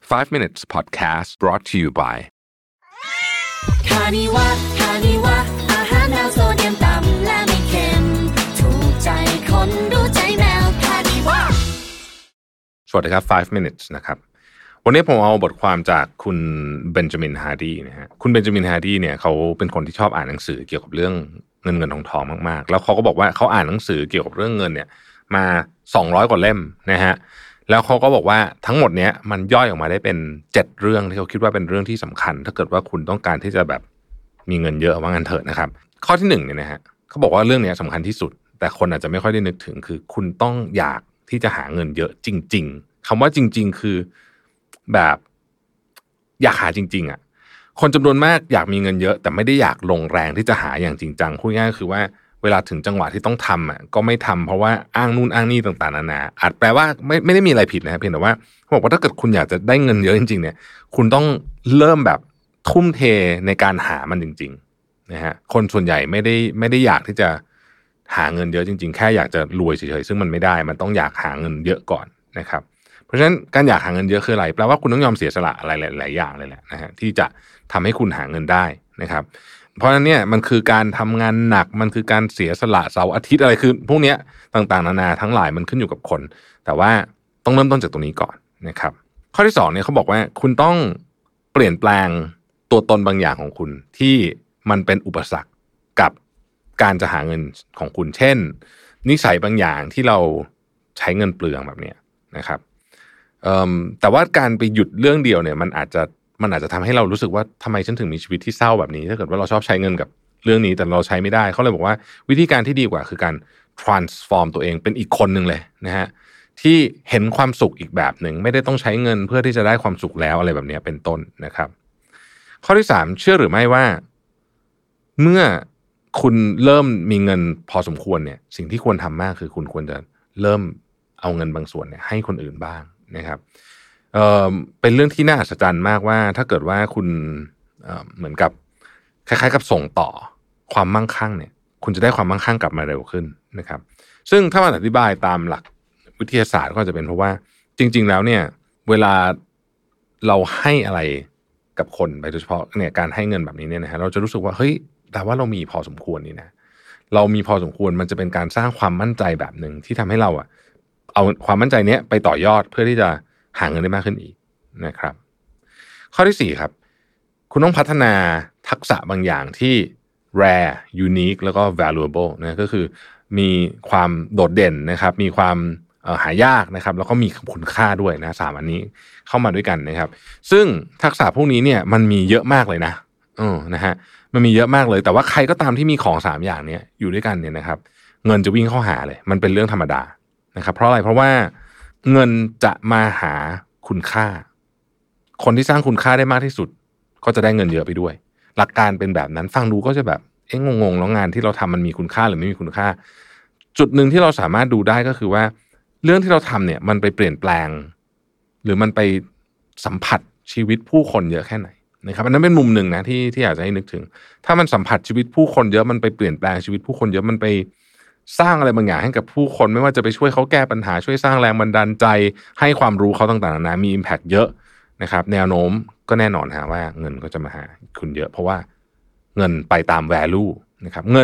5 minutes podcast brought to you by คานิวะอาหารแนวโซเดียมต่ำและไม่เค็มถูกใจคนรู้ใจแมวคานิวะสวัสดีครับ5 minutes นะครับวันนี้ผมเอาบทความจากคุณเบนจามินฮาร์ดีนะฮะคุณเบนจามินฮาร์ดีเนี่ยเขาเป็นคนที่ชอบอ่านหนังสือเกี่ยวกับเรื่องเงินทองมากๆแล้วเขาก็บอกว่าเขาอ่านหนังสือเกี่ยวกับเรื่องเงินเนี่ยมา200กว่าเล่มนะฮะแล้วเขาก็บอกว่าทั้งหมดเนี้ยมันย่อยออกมาได้เป็น7เรื่องที่เขาคิดว่าเป็นเรื่องที่สำคัญถ้าเกิดว่าคุณต้องการที่จะแบบมีเงินเยอะว่างั้นเถอะนะครับข้อที่1เนี่ยนะฮะเขาบอกว่าเรื่องนี้สำคัญที่สุดแต่คนอาจจะไม่ค่อยได้นึกถึงคือคุณต้องอยากที่จะหาเงินเยอะจริงๆคำว่าจริงๆคือแบบอยากหาจริงๆอ่ะคนจำนวนมากอยากมีเงินเยอะแต่ไม่ได้อยากลงแรงที่จะหาอย่างจริงจังพูดง่ายๆคือว่าเวลาถึงจังหวะที่ต้องทำอ่ะก็ไม่ทำเพราะว่าอ้างนู่นอ้างนี่ต่างๆนานาอาจแปลว่าไม่ได้มีอะไรผิดนะครับเพียงแต่ว่าเขาบอกว่าถ้าเกิดคุณอยากจะได้เงินเยอะจริงๆเนี่ยคุณต้องเริ่มแบบทุ่มเทในการหามันจริงๆนะฮะคนส่วนใหญ่ไม่ได้อยากที่จะหาเงินเยอะจริงๆแค่อยากจะรวยเฉยๆซึ่งมันไม่ได้มันต้องอยากหาเงินเยอะก่อนนะครับเพราะฉะนั้นการอยากหาเงินเยอะคืออะไรแปลว่าคุณต้องยอมเสียสละอะไรหลายๆอย่างเลยแหละนะฮะที่จะทำให้คุณหาเงินได้นะครับเพราะฉะนั้นเนี่ยมันคือการทำงานหนักมันคือการเสียสละเสาร์อาทิตย์อะไรคือพวกเนี้ยต่างๆนานาทั้งหลายมันขึ้นอยู่กับคนแต่ว่าต้องเริ่มต้นจากตรงนี้ก่อนนะครับข้อที่2เนี่ยเขาบอกว่าคุณต้องเปลี่ยนแปลงตัวตนบางอย่างของคุณที่มันเป็นอุปสรรคกับการจะหาเงินของคุณเช่นนิสัยบางอย่างที่เราใช้เงินเปลืองแบบเนี้ยนะครับแต่ว่าการไปหยุดเรื่องเดียวเนี่ยมันอาจจะทำให้เรารู้สึกว่าทำไมฉันถึงมีชีวิตที่เศร้าแบบนี้ถ้าเกิดว่าเราชอบใช้เงินกับเรื่องนี้แต่เราใช้ไม่ได้เขาเลยบอกว่าวิธีการที่ดีกว่าคือการ transform ตัวเองเป็นอีกคนหนึ่งเลยนะฮะที่เห็นความสุขอีกแบบหนึ่งไม่ได้ต้องใช้เงินเพื่อที่จะได้ความสุขแล้วอะไรแบบนี้เป็นต้นนะครับข้อที่3เชื่อหรือไม่ว่าเมื่อคุณเริ่มมีเงินพอสมควรเนี่ยสิ่งที่ควรทำมากคือคุณควรจะเริ่มเอาเงินบางส่วนเนี่ยให้คนอื่นบ้างนะครับเป็นเรื่องที่น่าอัศจรรย์มากว่าถ้าเกิดว่าคุณเหมือนกับคล้ายๆกับส่งต่อความมั่งคั่งเนี่ยคุณจะได้ความมั่งคั่งกลับมาเร็วขึ้นนะครับซึ่งถ้ามาอธิบายตามหลักวิทยาศาสตร์ก็จะเป็นเพราะว่าจริงๆแล้วเนี่ยเวลาเราให้อะไรกับคนโดยเฉพาะเนี่ยการให้เงินแบบนี้เนี่ยนะฮะเราจะรู้สึกว่าเฮ้ยแต่ว่าเรามีพอสมควรนี่นะเรามีพอสมควรมันจะเป็นการสร้างความมั่นใจแบบนึงที่ทำให้เราเอาความมั่นใจเนี้ยไปต่อยอดเพื่อที่จะหาเงินได้มากขึ้นอีกนะครับข้อที่4ครับคุณต้องพัฒนาทักษะบางอย่างที่ rare unique แล้วก็ valuable นะก็คือมีความโดดเด่นนะครับมีความหายากนะครับแล้วก็มีคุณค่าด้วยนะ3อันนี้เข้ามาด้วยกันนะครับซึ่งทักษะพวกนี้เนี่ยมันมีเยอะมากเลยนะนะฮะมันมีเยอะมากเลยแต่ว่าใครก็ตามที่มีของ3อย่างนี้อยู่ด้วยกันเนี่ยนะครับเงินจะวิ่งเข้าหาเลยมันเป็นเรื่องธรรมดานะครับเพราะอะไรเพราะว่าเงินจะมาหาคุณค่าคนที่สร้างคุณค่าได้มากที่สุดก็จะได้เงินเยอะไปด้วยหลักการเป็นแบบนั้นฟังดูก็จะแบบงงๆแล้วงานที่เราทำมันมีคุณค่าหรือไม่มีคุณค่าจุดหนึ่งที่เราสามารถดูได้ก็คือว่าเรื่องที่เราทำเนี่ยมันไปเปลี่ยนแปลงหรือมันไปสัมผัสชีวิตผู้คนเยอะแค่ไหนนะครับอันนั้นเป็นมุมหนึ่งนะที่อยากจะให้นึกถึงถ้ามันสัมผัสชีวิตผู้คนเยอะมันไปเปลี่ยนแปลงชีวิตผู้คนเยอะมันไปสร้างอะไรบางอย่างให้กับผู้คนไม่ว่าจะไปช่วยเขาแก้ปัญหาช่วยสร้างแรงบันดาลใจให้ความรู้เขาต่างๆนานามี impact เยอะนะครับแนวโน้มก็แน่นอนฮะว่าเงินก็จะมาหาคุณเยอะเพราะว่าเงินไปตาม value นะครับเงิน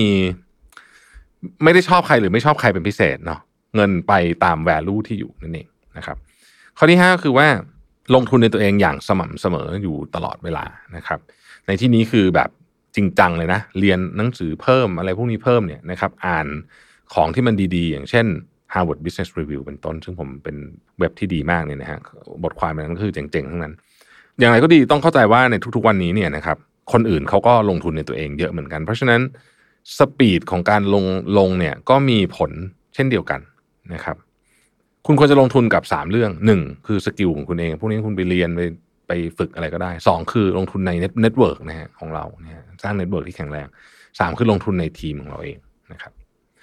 ไม่ได้ชอบใครหรือไม่ชอบใครเป็นพิเศษเนาะเงินไปตาม value ที่อยู่นั่นเองนะครับข้อที่5ก็คือว่าลงทุนในตัวเองอย่างสม่ำเสมออยู่ตลอดเวลานะครับในที่นี้คือแบบจริงจังเลยนะเรียนหนังสือเพิ่มอะไรพวกนี้เพิ่มเนี่ยนะครับอ่านของที่มันดีๆอย่างเช่น Harvard Business Review เป็นต้นซึ่งผมเป็นเว็บที่ดีมากเนี่ยนะฮะบทความนั้นก็คือเจ๋งๆทั้งนั้นอย่างไรก็ดีต้องเข้าใจว่าในทุกๆวันนี้เนี่ยนะครับคนอื่นเขาก็ลงทุนในตัวเองเยอะเหมือนกันเพราะฉะนั้นสปีดของการลงเนี่ยก็มีผลเช่นเดียวกันนะครับคุณควรจะลงทุนกับ3เรื่อง1คือสกิลของคุณเองพวกนี้คุณไปเรียนไปฝึกอะไรก็ได้2คือลงทุนในเน็ตเวิร์กนะฮะของเราเนี่ยสร้างเน็ตเวิร์กที่แข็งแรง3คือลงทุนในทีมของเราเองนะครับ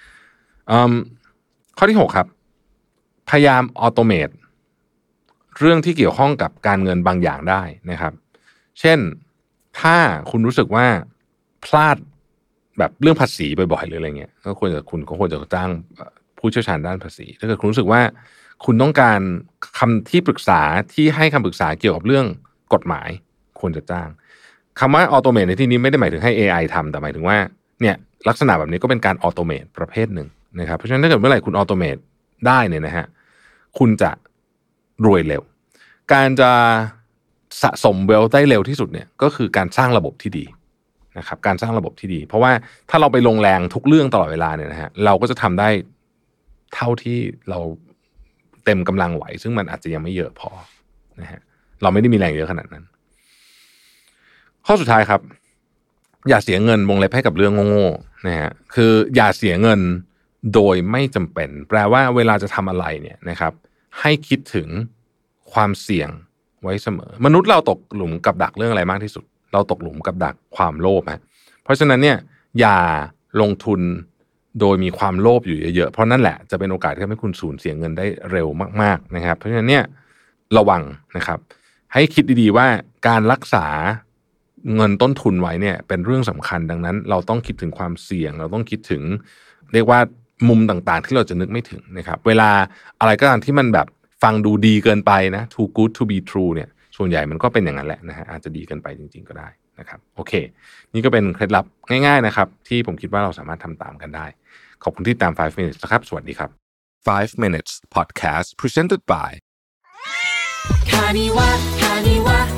ข้อที่6ครับพยายามออโตเมตเรื่องที่เกี่ยวข้องกับการเงินบางอย่างได้นะครับเช่นถ้าคุณรู้สึกว่าพลาดแบบเรื่องภาษีบ่อยๆหรืออะไรเงี้ยคุณก็ควรจะจ้างผู้เชี่ยวชาญด้านภาษีถ้าเกิดคุณรู้สึกว่าคุณต้องการคำที่ปรึกษาที่ให้คำปรึกษาเกี่ยวกับเรื่องกฎหมายควรจะจ้างคำว่าออโตเมตในที่นี้ไม่ได้หมายถึงให้ AI ทำแต่หมายถึงว่าเนี่ยลักษณะแบบนี้ก็เป็นการออโตเมตประเภทหนึ่งนะครับเพราะฉะนั้นถ้าเกิดเมื่อไหร่คุณออโตเมตได้เนี่ยนะฮะคุณจะรวยเร็วการจะสะสมเวลได้เร็วที่สุดเนี่ยก็คือการสร้างระบบที่ดีนะครับการสร้างระบบที่ดีเพราะว่าถ้าเราไปลงแรงทุกเรื่องตลอดเวลาเนี่ยนะฮะเราก็จะทำได้เท่าที่เราเต็มกำลังไหวซึ่งมันอาจจะยังไม่เยอะพอนะฮะเราไม่ได้มีแรงเยอะขนาดนั้นข้อสุดท้ายครับอย่าเสียเงินวงเล็บให้กับเรื่องโง่ๆนะฮะคืออย่าเสียเงินโดยไม่จำเป็นแปลว่าเวลาจะทำอะไรเนี่ยนะครับให้คิดถึงความเสี่ยงไว้เสมอมนุษย์เราตกหลุมกับดักเรื่องอะไรมากที่สุดเราตกหลุมกับดักความโลภฮะเพราะฉะนั้นเนี่ยอย่าลงทุนโดยมีความโลภอยู่เยอะๆเพราะนั่นแหละจะเป็นโอกาสที่ทำให้คุณสูญเสียเงินได้เร็วมากๆนะครับเพราะฉะนั้นเนี่ยระวังนะครับให้คิดดีๆว่าการรักษาเงินต้นทุนไว้เนี่ยเป็นเรื่องสำคัญดังนั้นเราต้องคิดถึงความเสี่ยงเราต้องคิดถึงเรียกว่ามุมต่างๆที่เราจะนึกไม่ถึงนะครับเวลาอะไรก็ตามที่มันแบบฟังดูดีเกินไปนะ too good to be true เนี่ยส่วนใหญ่มันก็เป็นอย่างนั้นแหละนะฮะอาจจะดีเกินไปจริงๆก็ได้นะครับโอเคนี่ก็เป็นเคล็ดลับง่ายๆนะครับที่ผมคิดว่าเราสามารถทำตามกันได้ขอบคุณที่ตาม 5 minutes นะครับสวัสดีครับ5 minutes podcast presented by Kaniwa